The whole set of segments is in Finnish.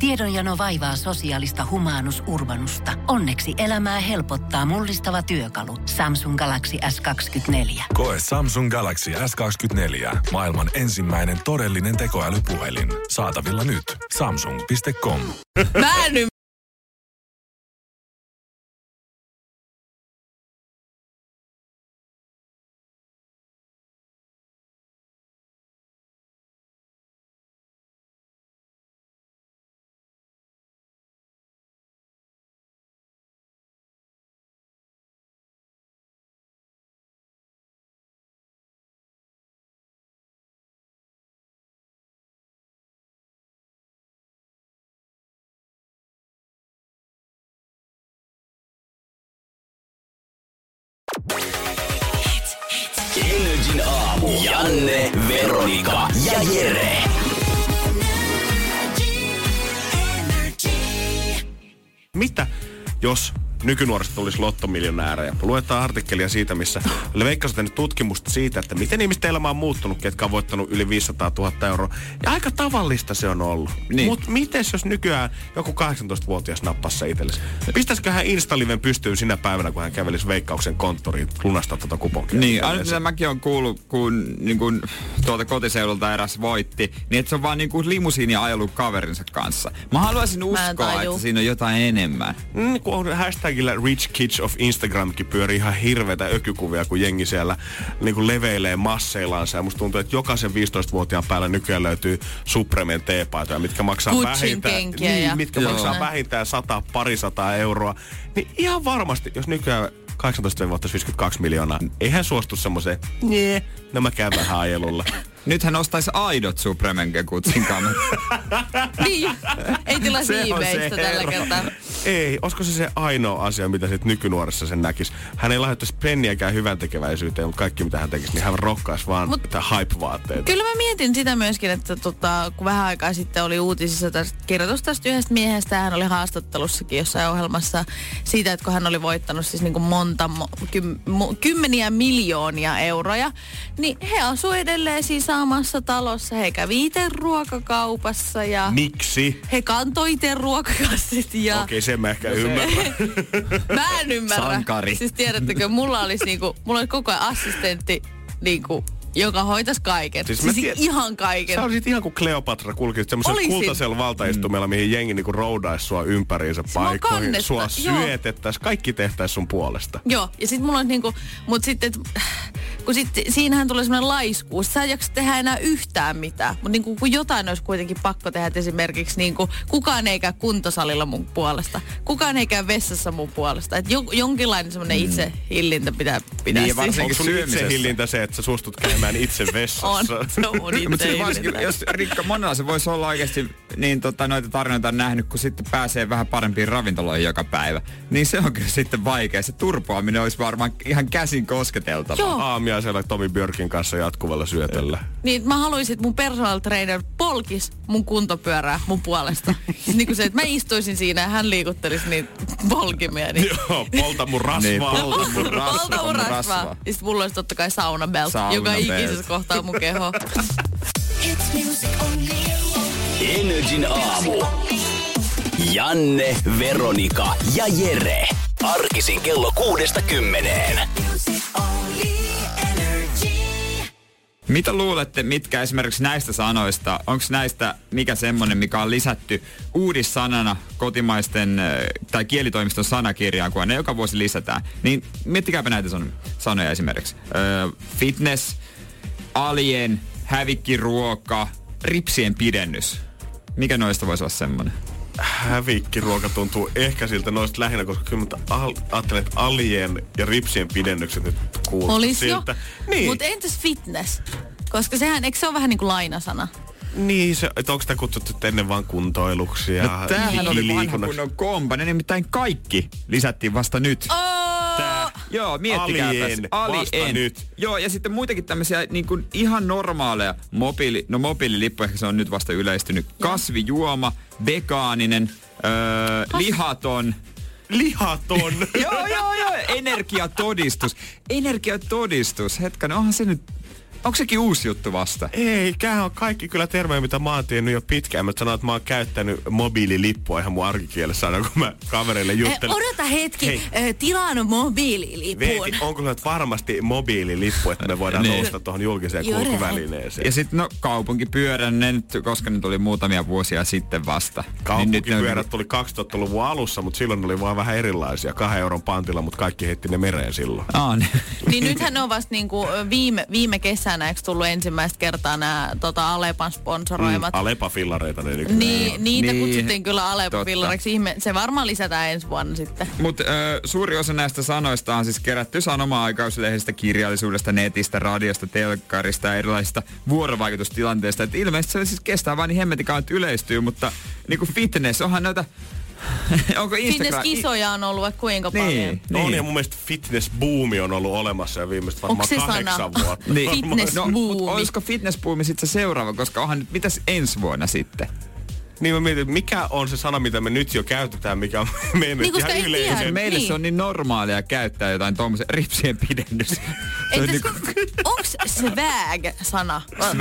Tiedonjano vaivaa sosiaalista humanus urbanusta. Onneksi elämää helpottaa mullistava työkalu. Samsung Galaxy S24. Koe Samsung Galaxy S24. Maailman ensimmäinen todellinen tekoälypuhelin. Saatavilla nyt. Samsung.com. Mä en Energin aamu. Janne, Veronika ja Jere. Mitä jos nykynuorista tulisi lottomiljonäärejä? Luetaan artikkelia siitä, missä Veikkaus on tehnyt tutkimusta siitä, että miten ihmisten elämä on muuttunut, ketkä on voittanut yli 500 000 euroa. Ja aika tavallista se on ollut. Niin. Mutta mites jos nykyään joku 18-vuotias nappasi se itsellesi? Pistäisikö hän Instaliven pystyyn sinä päivänä, kun hän kävelisi Veikkauksen konttoriin lunastaa tuota kuponkia? Niin, aina mitä mäkin olen kuullut, kun tuolta kotiseudulta eräs voitti, niin että se on vaan niin kuin limusiini ajellut kaverinsa kanssa. Mä haluaisin uskoa, että siinä on jotain enemmän. Kun on hashtagillä Rich Kids of Instagramkin pyörii ihan hirveitä ökykuvia, kun jengi siellä niin kuin leveilee masseillaansa. Ja musta tuntuu, että jokaisen 15-vuotiaan päällä nykyään löytyy Supremen teepaitoja, mitkä maksaa vähintään 100-200 euroa. Niin ihan varmasti, jos nykyään 18-52 miljoonaa, eihän suostu semmoiseen, no mä käyn vähän ajelulla. Nyt hän ostaisi aidot Supremen kekutsin kamat. Niin, ei tilaisi eBaystä tällä kertaa. Ei, olisiko se ainoa asia, mitä sit nykynuorissa sen näkisi? Hän ei lahjoittaisi penniäkään hyvän tekeväisyyteen, mutta kaikki mitä hän tekisi, niin hän rokkaisi vaan hype-vaatteita. Kyllä mä mietin sitä myöskin, että kun vähän aikaa sitten oli uutisissa kirjoitus tästä yhdestä miehestä, hän oli haastattelussakin jossain ohjelmassa siitä, että kun hän oli voittanut siis niin kuin kymmeniä miljoonia euroja, niin he asuu edelleen siis samassa talossa. He kävi itse ruokakaupassa ja... Miksi? He kantoi itse ruokakassit ja... Okei, sen mä ehkä ymmärrän. Mä en ymmärrä. Sankari. Siis tiedättekö, mulla olisi koko ajan assistentti joka hoitaisi kaiken. Siis ihan kaiken. Sä olisit ihan kuin Kleopatra kulkisit semmoisella kultaisella valtaistumella, mihin jengi niinku roudaisi sua ympäriinsä paikkoihin. Sua syötettäisiin, kaikki tehtäisiin sun puolesta. Joo, ja sit mulla on mut sitten, kun siinähän tulee semmoinen laiskuus. Sä et jaksa tehdä enää yhtään mitään. Mutta kun jotain olisi kuitenkin pakko tehdä, että esimerkiksi kukaan ei käy kuntosalilla mun puolesta. Kukaan ei käy vessassa mun puolesta. Että jonkinlainen semmoinen itsehillintä pitää niin, siis. Onko sun itsehillintä se, että sä suostut käymään itse vessassa? On, se on itsehillintä. Jos Rikka, monella se voisi olla oikeasti, niin noita tarinoita on nähnyt, kun sitten pääsee vähän parempiin ravintoloihin joka päivä. Niin se on kyllä sitten vaikea. Se turpoaminen olisi varmaan ihan käsin kosketeltava. Joo. Siellä Tomi Björkin kanssa jatkuvalla syötöllä. Niin, mä haluaisin, että mun personal trainer polkis mun kuntopyörää mun puolesta. Siis niin kuin se, että mä istuisin siinä ja hän liikuttelisi niitä polkimia. Niin. Joo, polta mun rasvaa. Niin, polta mun rasvaa. Ja sit mulla olisi totta kai saunabelt, joka ikisessä kohtaa mun kehoa. Energin aamu. Janne, Veronika ja Jere. Arkisin kello 6-10. Mitä luulette, mitkä esimerkiksi näistä sanoista, onko näistä mikä semmonen, mikä on lisätty uudissanana kotimaisten tai kielitoimiston sanakirjaan, kun ne joka vuosi lisätään? Niin miettikääpä näitä sanoja esimerkiksi. Fitness, alien, hävikkiruoka, ripsien pidennys. Mikä noista voisi olla semmonen? Hävikkiruoka tuntuu ehkä siltä noista lähinnä, koska kyllä ajattelen, että alien ja ripsien pidennykset nyt kuuluu siltä. Niin. Mutta entäs fitness? Koska sehän, eikö se ole vähän niin kuin lainasana? Niin, että onko sitä kutsuttu ennen vaan kuntoiluksi ja no, tämähän oli vanha kunnon kompa. Ne nimittäin kaikki lisättiin vasta nyt. Joo, miettikääpäs. Vasta nyt. Joo, ja sitten muitakin tämmöisiä niin kuin ihan normaaleja mobiililippu, ehkä se on nyt vasta yleistynyt. Kasvijuoma, vegaaninen, lihaton. Lihaton? Joo. Energiatodistus. Hetken, onhan se nyt Onko sekin uusi juttu vasta? Ei, on kaikki kyllä termejä, mitä mä oon tiennyt jo pitkään. Mä sanon, että mä oon käyttänyt mobiililippua ihan mun arkikielessä aina, kun mä kavereille juttelen. Odota hetki, tilaan mobiililipun. Veeti, onko se varmasti mobiililippu, että me voidaan nousta tuohon julkiseen kulkuvälineeseen? Ja sitten kaupunkipyörän, koska ne tuli muutamia vuosia sitten vasta. Kaupunkipyörät tuli 2000-luvun alussa, mutta silloin oli vaan vähän erilaisia. 2 euron pantilla, mutta kaikki heitti ne mereen silloin. Niin nythän ne on vasta niinku viime kesänä, eikö tullut ensimmäistä kertaa nämä Alepan sponsoroimat? Alepa-fillareita ne nykyään. Niitä kutsuttiin kyllä Alepa-fillareiksi. Se varmaan lisätään ensi vuonna sitten. Mutta suuri osa näistä sanoista on siis kerätty sanoma-aikauslehdestä, kirjallisuudesta, netistä, radiosta, telkkarista ja erilaisista vuorovaikutustilanteista. Et ilmeisesti se siis kestää vaan niin hemmetikaan, että yleistyy, mutta niinku fitness, onhan noita... Onko fitness-kisoja on ollut vaikka kuinka paljon. Niin. Ja mun mielestä fitness-buumi on ollut olemassa jo viimeistä varmaan 8 vuotta. Niin. Fitness-buumi. Olisiko fitness-buumi sitten se seuraava, koska onhan nyt mitäs ensi vuonna sitten? Niin mä mietin, mikä on se sana, mitä me nyt jo käytetään, mikä on mennyt niin, ihan yleisen. Meille se on niin normaalia käyttää jotain tommosen ripsien pidennys. Onks swag-sana?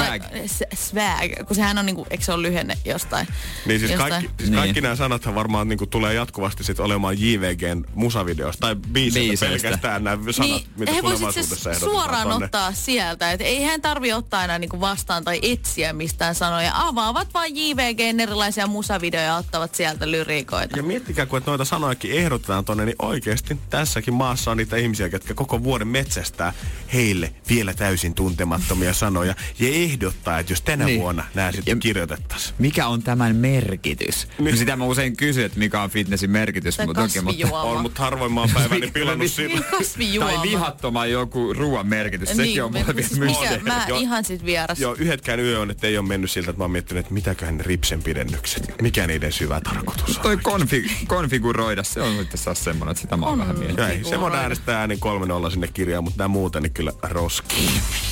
Swag, kun sehän on niinku, eikö se ole lyhenne jostain? Niin siis kaikki nämä sanathan varmaan niinku tulee jatkuvasti sit olemaan JVGn musavideosta tai biisestä pelkästään nämä sanat, mitä tulevaisuudessa ehdotetaan suoraan tonne. ottaa sieltä, että ei hän tarvi ottaa aina niinku vastaan tai etsiä mistään sanoja. Avaavat vaan JVGn erilaisia musavideoja ja ottavat sieltä lyriikoita. Ja miettikää, kun noita sanojakin ehdotetaan tonne, niin oikeasti tässäkin maassa on niitä ihmisiä, jotka koko vuoden metsästää heille vielä täysin tuntemattomia sanoja ja ehdottaa, että jos tänä vuonna nämä sitten kirjoitettaisiin. Mikä on tämän merkitys? No sitä mä usein kysyn, että mikä on fitnessin merkitys. On, mutta harvoin mä oon päiväni pilannut sillä. Tai lihattoman joku ruoan merkitys. Sekin on mulle vielä mysteeri. Mä ihan sit vieras. Joo, yhdetkään yö on, että ei ole mennyt siltä, että mä oon miettinyt, että mitäköhän ne ripsen pidennykset. Mikä niiden syvä tarkoitus on? Toi konfiguroida, se on nyt taas semmoinen, että sitä mä oon vähän miettinyt. Se voidaan äänestää äänin 3-0 sinne kirjaan, mutta nämä muuten niin kyllä roskii.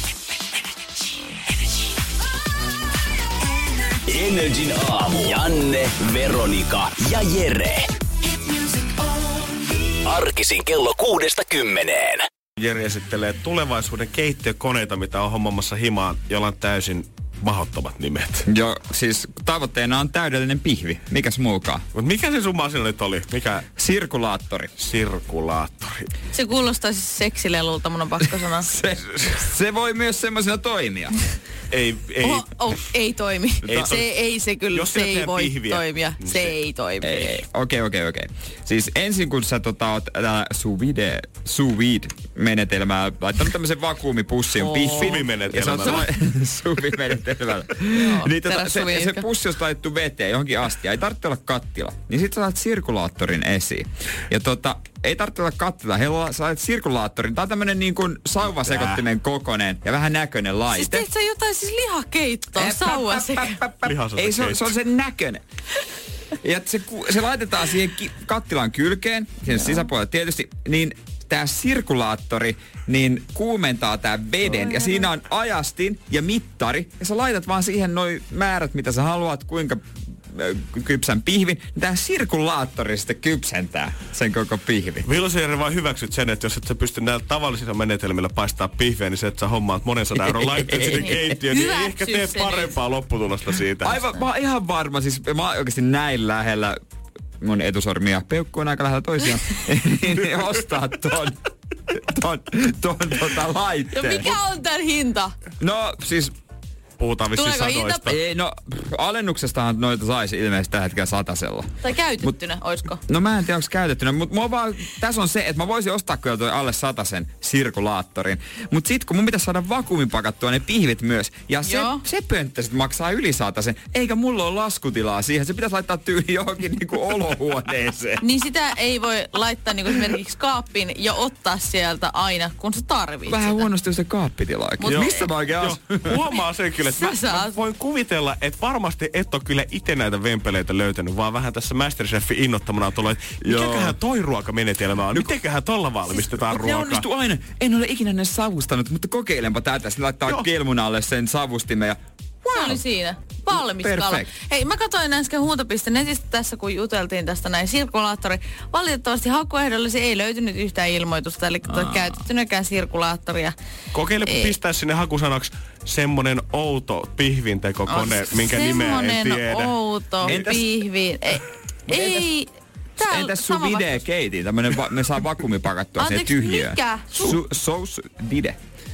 Energin aamu. Janne, Veronika ja Jere. Arkisin kello 6-10. Jere esittelee tulevaisuuden keittiökoneita, mitä on hommamassa himaan, jolla on täysin mahdottomat nimet. Joo, siis tavoitteena on täydellinen pihvi. Mikäs muukaan? Mut mikä se sun masina nyt oli? Mikä? Sirkulaattori. Sirkulaattori. Se kuulostaa siis seksilelulta, mun on pakko sanoa. se voi myös semmoisena toimia. Ei toimi. Se ei voi pihviä, toimia. Niin se ei toimi. Ei. Okei. Siis ensin kun sä oot sous vide menetelmää laittanut tämmösen vakuumipussin pihvin. Suvimenetelmällä. Suvimenetelmällä. Niin se pussi on laitettu veteen johonkin astia. Ei tarvitse olla kattila. Niin sit sä saat sirkulaattorin esiin. Ja ei tarvitse olla kattila. Sä saat sirkulaattorin. Tää on tämmönen niin kuin sauvasekottinen kokonen ja vähän näköinen laite. Siis teet sä jotain siis lihakeittoa sauvasekottinen? Ei, se on sen näköinen. Ja se laitetaan siihen kattilan kylkeen, sen sisäpuolelle tietysti, niin tää sirkulaattori niin kuumentaa tää veden ja siinä on ajastin ja mittari ja sä laitat vaan siihen noi määrät, mitä sä haluat, kuinka kypsän pihvin, niin tää sirkulaattori sitten kypsentää sen koko pihvin. Milloin sä, Jere, vaan hyväksyt sen, että jos et sä pysty näillä tavallisilla menetelmillä paistaa pihveä, niin se, että sä hommaat monen 100 euron laitteet sinne keittiöön, niin ei ehkä tee parempaa lopputulosta siitä. Aivan, mä oon ihan varma, siis mä oon oikeesti näin lähellä mun etusormia, peukku on aika lähellä toisiaan, niin ostaa ton laitteen. Ja mikä on tän hinta? No siis puhutaan vissiin sadoista. Ei, no alennuksestahan noita saisi ilmeisesti tällä hetkellä 100. Tai käytettynä, oisko? No mä en tiedä, onko käytettynä, mutta tässä on se, että mä voisin ostaa kyllä toi alle 100 sirkulaattorin. Mutta sit kun mun pitäisi saada vakuumin pakattua ne pihvit myös, ja se pönttö sit maksaa yli 100, eikä mulla ole laskutilaa siihen. Se pitäisi laittaa tyyli johonkin niinku olohuoneeseen. Niin sitä ei voi laittaa niinku esimerkiksi kaappiin ja ottaa sieltä aina, kun sä tarvitset. Vähän huonosti se kaappitilaakin. Missä mä oikein asun? Huomaa sen kyllä, että mä voin kuvitella, että varmasti et ole kyllä itse näitä vempeleitä löytänyt, vaan vähän tässä Masterchefin innottamana tullut, että mikäköhän toi ruokamenetelmä on, mitenköhän tolla valmistetaan ruokaa. Ne onnistuu aina. En ole ikinä ne savustanut, mutta kokeilenpa täältä. Sitten laittaa kelmun alle sen savustimen ja Se oli siinä. Valmis kala. Hei, mä katsoin äsken Huuto.netistä tässä, kun juteltiin tästä näin sirkulaattori. Valitettavasti hakuehdollisi ei löytynyt yhtään ilmoitusta, eli käytettynäkään sirkulaattoria. Kokeile pistää sinne hakusanaksi semmonen outo pihvintekokone, minkä nimeä en tiedä. Semmonen outo pihvin. Ei. Entäs sun vide-keitin? Me saa vakuumipakattua siihen tyhjiöön. Mikä? Sous vide.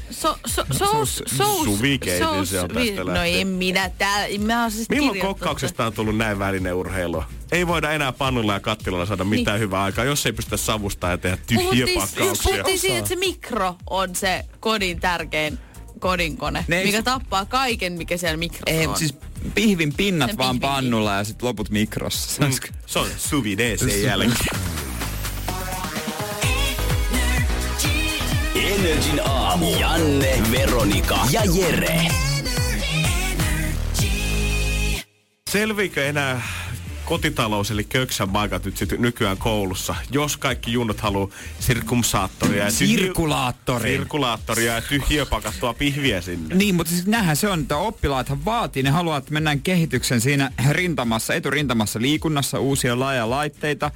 Suvikeitin se on tästä No en minä täällä. Milloin kokkauksesta on tullut näin välineurheilua? Ei voida enää pannulla ja kattilalla saada mitään hyvää aikaa, jos ei pystytä savustaa ja tehdä tyhjiä pakkauksia. Puhuttiin siitä, että se mikro on se kodin tärkein kodinkone, mikä tappaa kaiken, mikä siellä mikrossa on. Siis pihvin pinnat sen vaan pannulla ja sitten loput mikrossa. Se on sous vide sen jälkeen. Energin aamu. Janne, Veronika ja Jere. Selviikö enää kotitalous eli köksän paikat nyt sitten nykyään koulussa, jos kaikki junnut haluu sirkulaattoria ja tyhjiöpakattua pihviä sinne? Niin, mutta siis näinhän se on, että oppilaathan vaatii, ne haluaa, että mennään kehityksen siinä eturintamassa liikunnassa, uusia laitteita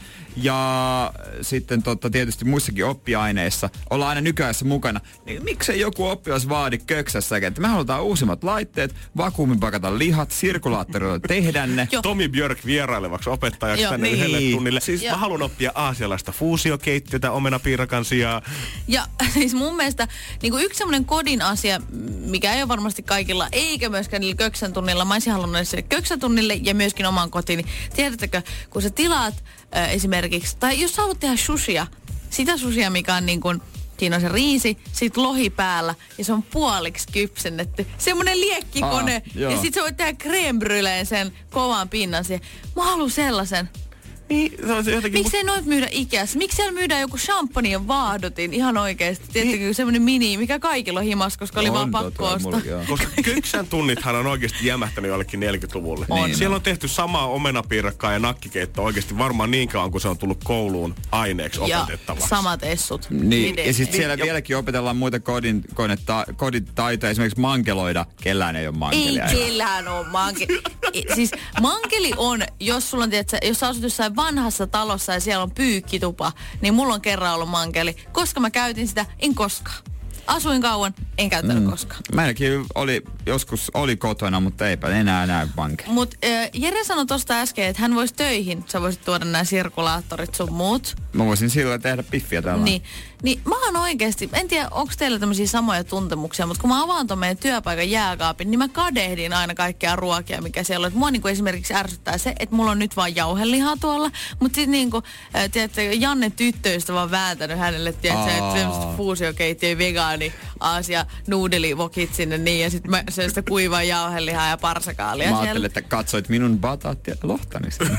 ja sitten tietysti muissakin oppiaineissa ollaan aina nykyajassa mukana. Niin miksei joku oppilas vaadi köksässäkin, että me halutaan uusimmat laitteet, vakuumipakata lihat, sirkulaattorilla tehdä ne. Tomi Björk vierailevaksi opettajaksi tänne yhdelle tunnille. Siis mä haluan oppia aasialaista fuusiokeittiötä omenapiirakan sijaan. Ja siis mun mielestä niin kuin yksi semmoinen kodin asia, mikä ei ole varmasti kaikilla, eikä myöskään niillä köksän tunnilla, mä olisin halunnut sille köksän tunnille ja myöskin omaan kotiin, niin tiedättekö, kun sä tilaat esimerkiksi, tai jos sä haluat tehdä sushia, sitä sushia, mikä on niin kuin, siinä on se riisi, sit lohi päällä ja se on puoliksi kypsennetty. Semmonen liekkikone. Ja sit sä voit tehdä crème brûlée sen kovan pinnan siihen. Mä haluun sellaisen. Niin, miksi ei noit myydä Ikeassa? Miksi siellä myydään joku champagne ja vaahdotin ihan oikeesti? Tiedättekö, semmonen mini, mikä kaikilla on himas, koska oli vaan pakko ostaa. Koska köksän tunnithan on oikeesti jämähtänyt jollekin 40-luvulle. Siellä on tehty samaa omenapiirakkaa ja nakkikeittoa oikeesti varmaan niin kauan, kun se on tullut kouluun aineeksi opetettavaksi. Ja samat essut. Niin, ja sit siellä vieläkin opetellaan muita koditaitoja, esimerkiksi mankeloida. Kellään ei ole mankelia. Ei kellään ole mankeli. Siis mankeli on, jos sulla on, tiedätkö, jos sä asut jossain vanhassa talossa ja siellä on pyykkitupa, niin mulla on kerran ollut mankeli. Koska mä käytin sitä, en koskaan. Asuin kauan, en käyttänyt koskaan. Meilläkin joskus oli kotona, mutta eipä enää näy mankeli. Mut Jere sanoi tosta äsken, että hän voisi töihin. Sä voisit tuoda nämä sirkulaattorit sun muut. Mä voisin silloin tehdä piffiä tällä. Niin mä oon oikeesti, en tiedä onko teillä tämmöisiä samoja tuntemuksia, mutta kun mä avaan ton meidän työpaikan jääkaapin, niin mä kadehdin aina kaikkea ruokia, mikä siellä on. Et mua niinku esimerkiksi ärsyttää se, että mulla on nyt vaan jauhelihaa tuolla, mutta sit niinku, tiedätkö, Janne tyttöistä vaan vääntänyt hänelle, tiedätkö, että semmoista fuusiokeittiö, vegaani, aasia, nuudelivokit sinne niin, ja sit mä söin sitä kuivaa jauhelihaa ja parsakaalia. Mä ajattelin, että katsoit minun bataattia lohtani sinne.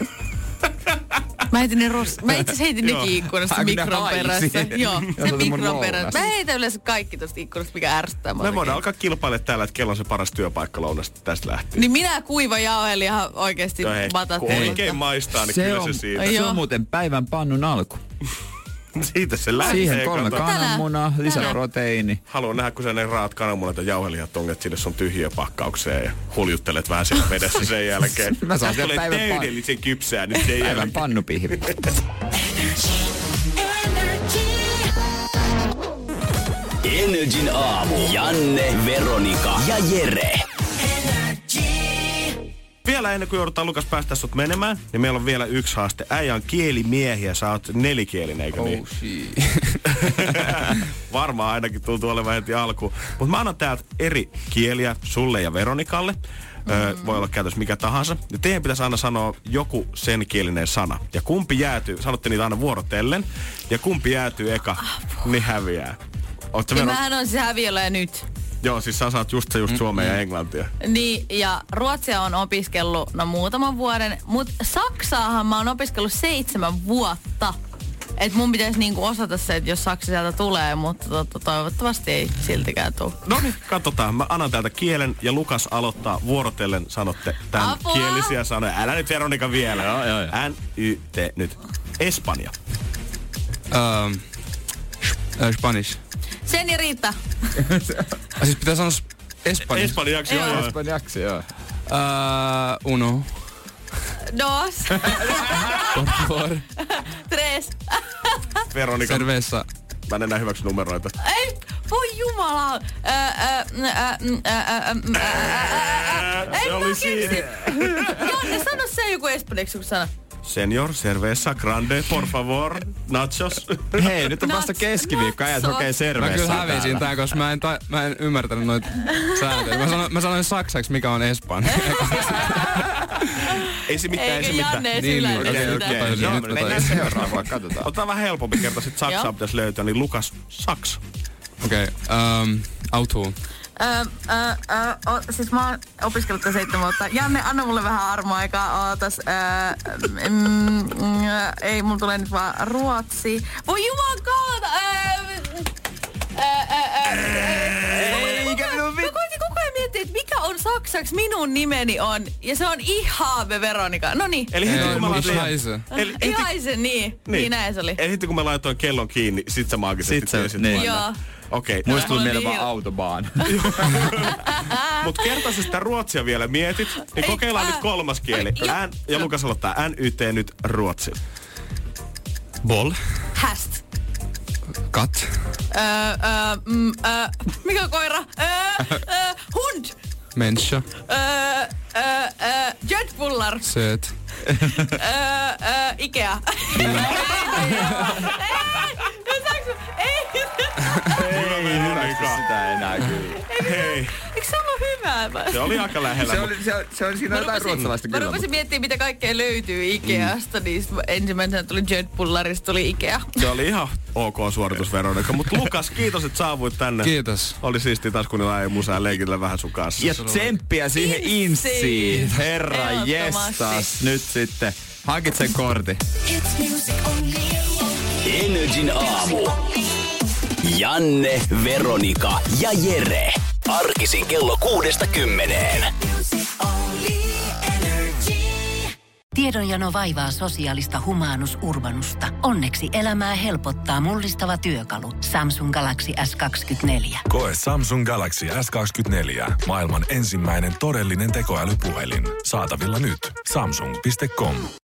Mä itse asiassa heitin nekin ikkunasta mikron perässä. Joo, se mikron perässä. Mä heitän yleensä kaikki tosta ikkunasta, mikä ärsyttää. Me voidaan alkaa kilpailemaan täällä, että kello on se paras työpaikka lounasta tästä lähtien. Niin minä kuiva jauheliha oikeesti batatteella. Kun oikein maistaa, niin kyllä se siitä. Se on muuten päivän pannun alku. Siitä se lähtee. Siihen 3 kananmunaa, lisäproteiini. Haluan nähdä, kun sä ne raat kananmunat ja jauhelihat tonget sinne sun tyhjiö pakkaukseen ja huljuttelet vähän siellä vedessä sen jälkeen. Mä saan siellä päivän täydellisen kypsää nyt sen päivän pannupihvi. Energin aamu. Janne, Veronika ja Jere. Vielä ennen kuin joudutaan Lukas päästä sut menemään, niin meillä on vielä yksi haaste. Äijä on kielimiehiä, sä oot nelikielinen, eikö niin? Varmaan ainakin tuntuu olevan heti alkuun. Mutta mä annan täältä eri kieliä sulle ja Veronikalle. Voi olla käytössä mikä tahansa. Ja teidän pitäisi aina sanoa joku sen kielinen sana. Ja kumpi jäätyy, sanotte niitä aina vuorotellen. Ja kumpi jäätyy eka, niin häviää. Mähän on siis häviöllä nyt. Joo, siis sä saat just suomea ja englantia. Niin, ja ruotsia on opiskellut muutaman vuoden, mutta saksaahan mä oon opiskellut 7 vuotta. Et mun pitäisi niinku osata se, että jos saksa sieltä tulee, mutta toivottavasti ei siltikään tule. No niin, katsotaan. Mä annan täältä kielen ja Lukas aloittaa vuorotellen. Sanotte tämän kielisiä sanoja. Älä nyt Veronika vielä. Joo. N-Y-T nyt. Espanja. Spanish. Sen ja Riitta. Siis pitää sanoa Espanjaksi, joo. Espanjaksi, joo. Uno. Dos. Por favor. Tres. Veronika. Cerveza. Mä en enää hyväksy numeroita. Ei, voi jumala. Se oli siinä. Janne, sano se joku espanjaksi, kun sana. Senor, cerveza, grande, por favor, nachos. Hei, nyt on vasta keskiviikko, äijät hokee Mä cervezaa kyllä hävisin tää, koska mä en ymmärtänyt noita sääntöjä. Mä sanoin saksaksi, mikä on Espanja. Ei se mitään, ei se mitään. Janne sillä Joo, mennään seuraavaan, katsotaan. Ota vähän helpompi kerta, sit Saksaa pitäisi löytyä, niin Lukas, Saks. Okei, auto. Siis mä oon opiskellut 7 vuotta. Janne, anna mulle vähän armoaikaa. Ootas. Ei, mulla tulee nyt vaan Ruotsi. Voi juman kautta. Mä koitin koko ajan miettiä, että mikä on saksaksi minun nimeni on. Ja se on Ihave Veronika. Noniin. Eli heti kun mä laitoin... Ihaisen, niin näin se oli. Eli heti kun mä laitoin kellon kiinni, sit sä maagisesti tiesit niin. Joo. Okei. Muista tuli mieleen vaan autobaan. Mut kerta sä sitä ruotsia vielä mietit, niin kokeillaan nyt kolmas kieli. Ja Lukas aloittaa NYT nyt ruotsi. Boll. Häst. Katt. Mikä koira? Hund. Människa. Jetbullar. Söt. Ikea. Ei hyväksy sitä enää kyllä. Hei. Eikö se ollut hyvä? Se oli aika lähellä. Se oli siinä jotain ruotsalaista Mä kyllä. rupesin miettimään, mitä kaikkea löytyy Ikeasta, niin ensimmäisenä tuli Jetbullarista, tuli Ikea. Se oli ihan ok suoritus Veronika. Mutta Lukas, kiitos, että saavuit tänne. Kiitos. Oli siistiä taas, kun ei musää leikillä vähän sun kanssa. Ja tsemppiä siihen inssiin. Herra jestas. Nyt sitten. Hankit sen kortin. Energin aamu. Janne, Veronika ja Jere. Arkisin kello 6-10. Tiedonjano vaivaa sosiaalista humanus urbanusta. Onneksi elämää helpottaa mullistava työkalu. Samsung Galaxy S24. Koe Samsung Galaxy S24. Maailman ensimmäinen todellinen tekoälypuhelin. Saatavilla nyt. Samsung.com.